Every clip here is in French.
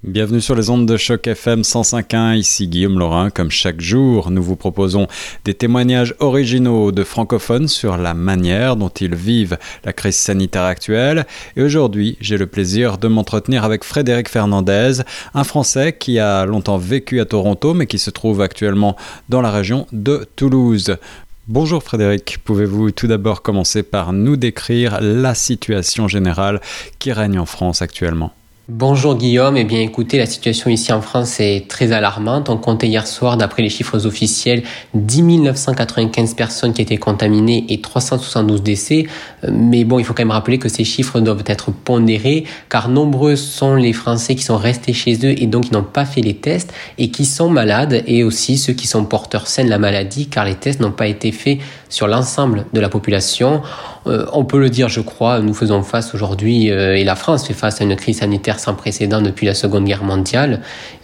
Bienvenue sur les ondes de Choc FM 105.1, ici Guillaume Laurin. Comme chaque jour, nous vous proposons des témoignages originaux de francophones sur la manière dont ils vivent la crise sanitaire actuelle. Et aujourd'hui, j'ai le plaisir de m'entretenir avec Frédéric Fernandez, un Français qui a longtemps vécu à Toronto, mais qui se trouve actuellement dans la région de Toulouse. Bonjour Frédéric, pouvez-vous tout d'abord commencer par nous décrire la situation générale qui règne en France actuellement ? Bonjour Guillaume, eh bien écoutez, la situation ici en France est très alarmante. On comptait hier soir, d'après les chiffres officiels, 10 995 personnes qui étaient contaminées et 372 décès. Mais bon, il faut quand même rappeler que ces chiffres doivent être pondérés, car nombreux sont les Français qui sont restés chez eux et donc qui n'ont pas fait les tests et qui sont malades, et aussi ceux qui sont porteurs sains de la maladie, car les tests n'ont pas été faits sur l'ensemble de la population. On peut le dire, je crois, nous faisons face aujourd'hui, et la France fait face à une crise sanitaire sans précédent depuis la Seconde Guerre mondiale.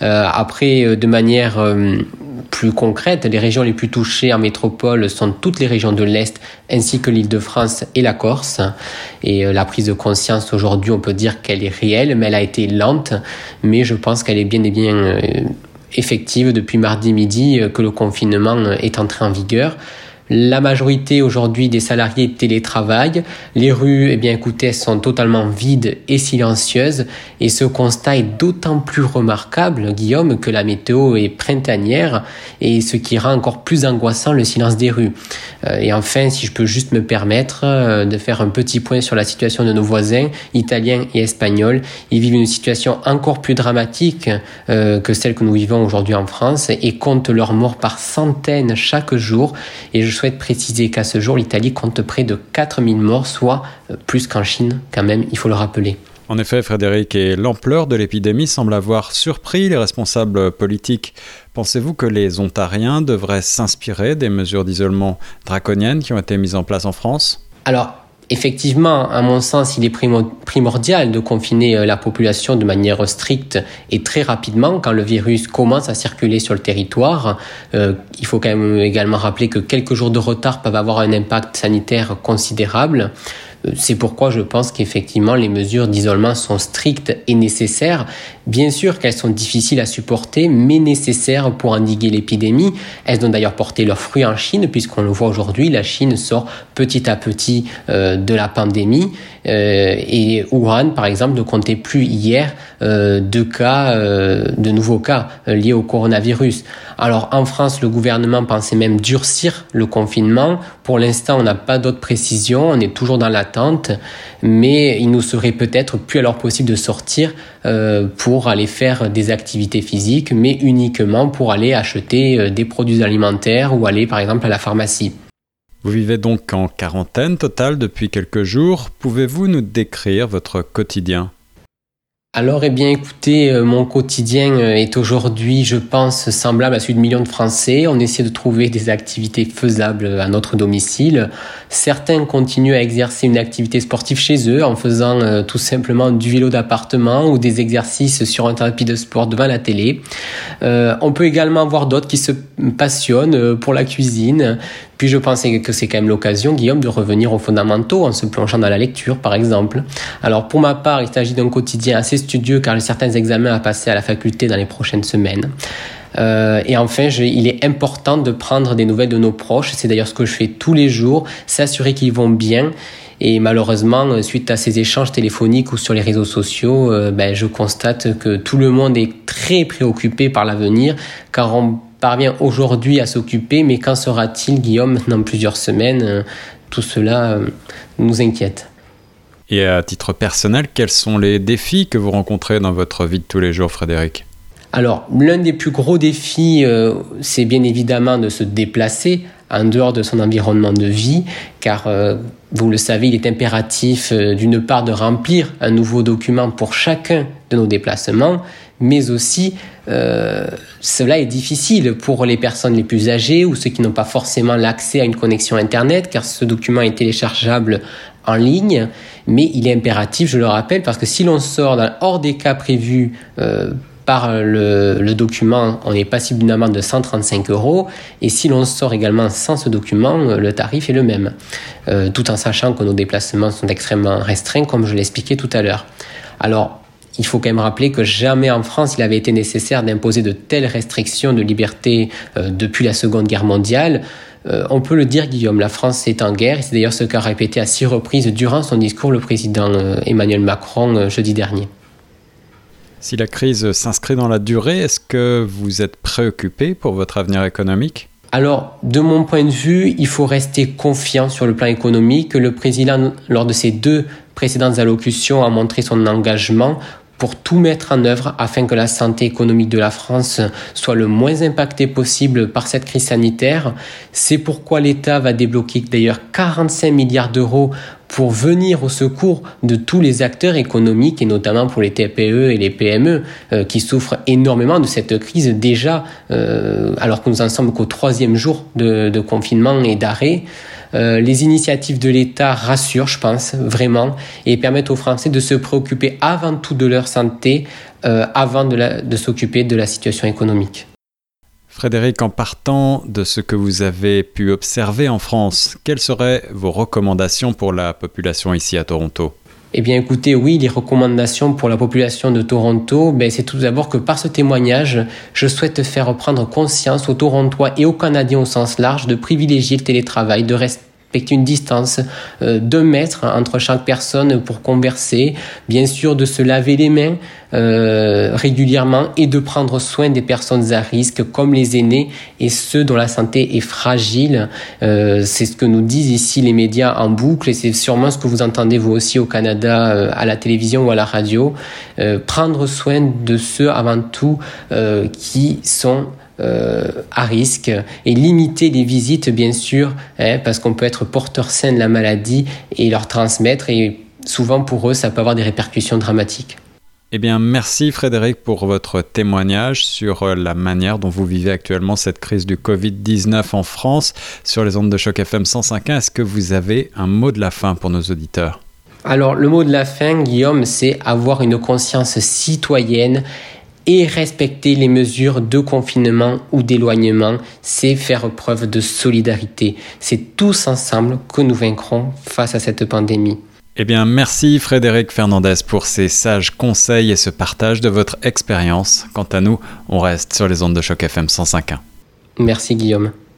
Après, de manière plus concrète, les régions les plus touchées en métropole sont toutes les régions de l'Est, ainsi que l'Île-de-France et la Corse. Et la prise de conscience aujourd'hui, on peut dire qu'elle est réelle, mais elle a été lente, mais je pense qu'elle est bien et bien effective depuis mardi midi que le confinement est entré en vigueur. La majorité aujourd'hui des salariés télétravaillent. Les rues, eh bien écoutez, elles sont totalement vides et silencieuses. Et ce constat est d'autant plus remarquable, Guillaume, que la météo est printanière, et ce qui rend encore plus angoissant le silence des rues. Et enfin, si je peux juste me permettre de faire un petit point sur la situation de nos voisins italiens et espagnols. Ils vivent une situation encore plus dramatique que celle que nous vivons aujourd'hui en France et comptent leurs morts par centaines chaque jour. Et je souhaite préciser qu'à ce jour, l'Italie compte près de 4000 morts, soit plus qu'en Chine quand même, il faut le rappeler. En effet, Frédéric, et l'ampleur de l'épidémie semble avoir surpris les responsables politiques. Pensez-vous que les Ontariens devraient s'inspirer des mesures d'isolement draconiennes qui ont été mises en place en France ? Alors, effectivement, à mon sens, il est primordial de confiner la population de manière stricte et très rapidement quand le virus commence à circuler sur le territoire. Il faut quand même également rappeler que quelques jours de retard peuvent avoir un impact sanitaire considérable. C'est pourquoi je pense qu'effectivement les mesures d'isolement sont strictes et nécessaires. Bien sûr qu'elles sont difficiles à supporter, mais nécessaires pour endiguer l'épidémie. Elles ont d'ailleurs porté leurs fruits en Chine, puisqu'on le voit aujourd'hui, la Chine sort petit à petit de la pandémie. Et Wuhan, par exemple, ne comptait plus hier de nouveaux cas liés au coronavirus. Alors en France, le gouvernement pensait même durcir le confinement. Pour l'instant, on n'a pas d'autres précisions, on est toujours dans l'attente, mais il nous serait peut-être plus alors possible de sortir pour aller faire des activités physiques, mais uniquement pour aller acheter des produits alimentaires ou aller par exemple à la pharmacie. Vous vivez donc en quarantaine totale depuis quelques jours. Pouvez-vous nous décrire votre quotidien ? Alors, eh bien, écoutez, mon quotidien est aujourd'hui, je pense, semblable à celui de millions de Français. On essaie de trouver des activités faisables à notre domicile. Certains continuent à exercer une activité sportive chez eux en faisant tout simplement du vélo d'appartement ou des exercices sur un tapis de sport devant la télé. On peut également voir d'autres qui se passionnent pour la cuisine. Puis je pensais que c'est quand même l'occasion, Guillaume, de revenir aux fondamentaux en se plongeant dans la lecture, par exemple. Alors pour ma part, il s'agit d'un quotidien assez studieux car j'ai certains examens à passer à la faculté dans les prochaines semaines. Et enfin, il est important de prendre des nouvelles de nos proches. C'est d'ailleurs ce que je fais tous les jours, s'assurer qu'ils vont bien. Et malheureusement, suite à ces échanges téléphoniques ou sur les réseaux sociaux, je constate que tout le monde est très préoccupé par l'avenir, car on parvient aujourd'hui à s'occuper, mais qu'en sera-t-il, Guillaume, dans plusieurs semaines ? Tout cela nous inquiète. Et à titre personnel, quels sont les défis que vous rencontrez dans votre vie de tous les jours, Frédéric ? Alors, l'un des plus gros défis, c'est bien évidemment de se déplacer en dehors de son environnement de vie, car vous le savez, il est impératif d'une part de remplir un nouveau document pour chacun de nos déplacements, mais aussi cela est difficile pour les personnes les plus âgées ou ceux qui n'ont pas forcément l'accès à une connexion Internet, car ce document est téléchargeable en ligne, mais il est impératif, je le rappelle, parce que si l'on sort hors des cas prévus par le document, on est passible d'une amende de 135 €. Et si l'on sort également sans ce document, le tarif est le même. Tout en sachant que nos déplacements sont extrêmement restreints, comme je l'expliquais tout à l'heure. Alors, il faut quand même rappeler que jamais en France il avait été nécessaire d'imposer de telles restrictions de liberté depuis la Seconde Guerre mondiale. On peut le dire, Guillaume, la France est en guerre, et c'est d'ailleurs ce qu'a répété à 6 reprises durant son discours le président Emmanuel Macron jeudi dernier. Si la crise s'inscrit dans la durée, est-ce que vous êtes préoccupé pour votre avenir économique ? Alors, de mon point de vue, il faut rester confiant sur le plan économique. Le président, lors de ses 2 précédentes allocutions, a montré son engagement pour tout mettre en œuvre afin que la santé économique de la France soit le moins impactée possible par cette crise sanitaire. C'est pourquoi l'État va débloquer d'ailleurs 45 milliards d'euros pour venir au secours de tous les acteurs économiques et notamment pour les TPE et les PME qui souffrent énormément de cette crise déjà alors que nous en sommes qu'au 3e jour de confinement et d'arrêt. Les initiatives de l'État rassurent, je pense, vraiment, et permettent aux Français de se préoccuper avant tout de leur santé, avant de s'occuper de la situation économique. Frédéric, en partant de ce que vous avez pu observer en France, quelles seraient vos recommandations pour la population ici à Toronto ? Eh bien écoutez, oui, les recommandations pour la population de Toronto, c'est tout d'abord que par ce témoignage, je souhaite faire prendre conscience aux Torontois et aux Canadiens au sens large de privilégier le télétravail, de respecter une distance d'1 mètre entre chaque personne pour converser, bien sûr de se laver les mains régulièrement et de prendre soin des personnes à risque comme les aînés et ceux dont la santé est fragile. C'est ce que nous disent ici les médias en boucle et c'est sûrement ce que vous entendez vous aussi au Canada à la télévision ou à la radio. Prendre soin de ceux avant tout qui sont à risque et limiter les visites bien sûr parce qu'on peut être porteur sain de la maladie et leur transmettre et souvent pour eux ça peut avoir des répercussions dramatiques. Eh bien merci Frédéric pour votre témoignage sur la manière dont vous vivez actuellement cette crise du Covid-19 en France sur les ondes de Choc FM 105.1. Est-ce que vous avez un mot de la fin pour nos auditeurs ? Alors le mot de la fin, Guillaume, c'est avoir une conscience citoyenne et respecter les mesures de confinement ou d'éloignement, c'est faire preuve de solidarité. C'est tous ensemble que nous vaincrons face à cette pandémie. Eh bien, merci Frédéric Fernandez pour ces sages conseils et ce partage de votre expérience. Quant à nous, on reste sur les ondes de Choc FM 105.1. Merci Guillaume.